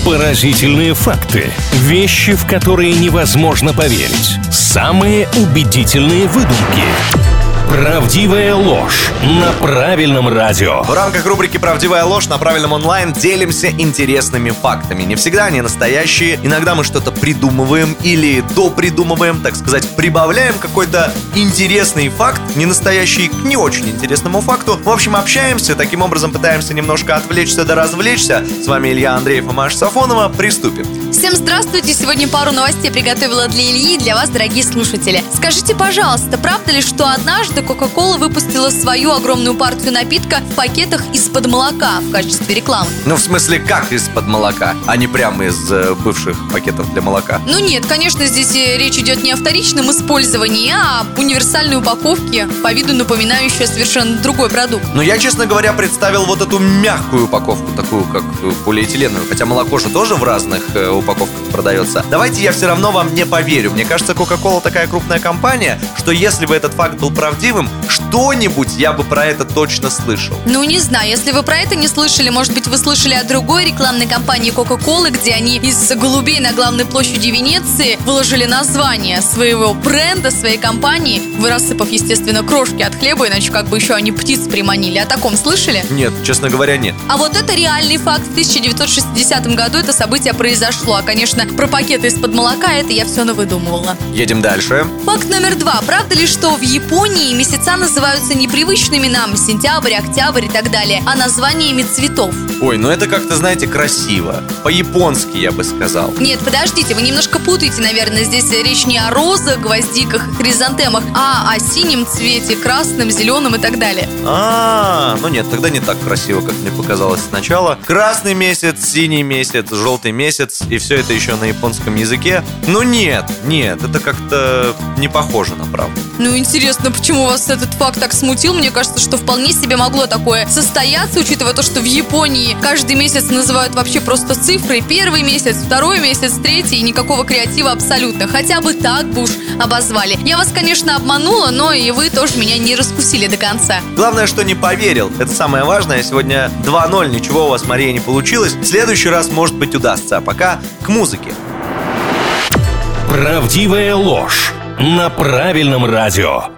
Поразительные факты. Вещи, в которые невозможно поверить. Самые убедительные выдумки. Правдивая ложь на правильном радио. В рамках рубрики «Правдивая ложь» на правильном онлайн делимся интересными фактами. Не всегда они настоящие. Иногда мы что-то придумываем или допридумываем, так сказать, прибавляем какой-то интересный факт, не настоящий, к не очень интересному факту. В общем, общаемся, таким образом пытаемся немножко отвлечься да развлечься. С вами Илья Андреев и Маша Сафонова. Приступим. Всем здравствуйте! Сегодня пару новостей приготовила для Ильи и для вас, дорогие слушатели. Скажите, пожалуйста, правда ли, что однажды Coca-Cola выпустила свою огромную партию напитка в пакетах из-под молока в качестве рекламы? Ну, в смысле, как из-под молока, а не прямо из бывших пакетов для молока? Ну нет, конечно, здесь речь идет не о вторичном использовании, а об универсальной упаковке, по виду напоминающей совершенно другой продукт. Но я, честно говоря, представил вот эту мягкую упаковку, такую как полиэтиленовую. Хотя молоко же тоже в разных упаковках продается. Давайте я все равно вам не поверю. Мне кажется, Coca-Cola такая крупная компания, что если бы этот факт был правдивым, что-нибудь я бы про это точно слышал. Ну, не знаю, если вы про это не слышали, может быть, вы слышали о другой рекламной кампании Coca-Cola, где они из голубей на главной площади Венеции выложили название своего бренда, своей компании, рассыпав, естественно, крошки от хлеба, иначе как бы еще они птиц приманили. О таком слышали? Нет, честно говоря, нет. А вот это реальный факт. В 1960 году это событие произошло. А, конечно, про пакеты из-под молока это я все навыдумывала. Едем дальше. Факт номер 2. Правда ли, что в Японии месяца называются не привычными нам сентябрь, октябрь и так далее, а названиями цветов? Ой, ну это как-то, знаете, красиво. По-японски, я бы сказал. Нет, подождите, вы немножко путаете, наверное. Здесь речь не о розах, гвоздиках, хризантемах, а о синем цвете, красном, зеленом и так далее. Ну нет, тогда не так красиво, как мне показалось сначала. Красный месяц, синий месяц, желтый месяц, и все это еще на японском языке. Ну нет, это как-то не похоже на правду. Ну интересно, почему вас этот факт так смутил? Мне кажется, что вполне себе могло такое состояться, учитывая то, что в Японии каждый месяц называют вообще просто цифры. Первый месяц, второй месяц, третий, и никакого креатива абсолютно. Хотя бы так бы уж обозвали. Я вас, конечно, обманула, но и вы тоже меня не раскусили до конца. Главное, что не поверил. Это самое важное. Сегодня 2-0, ничего у вас, Мария, не получилось. В следующий раз, может быть, удастся. А пока к музыке. Правдивая ложь на правильном радио.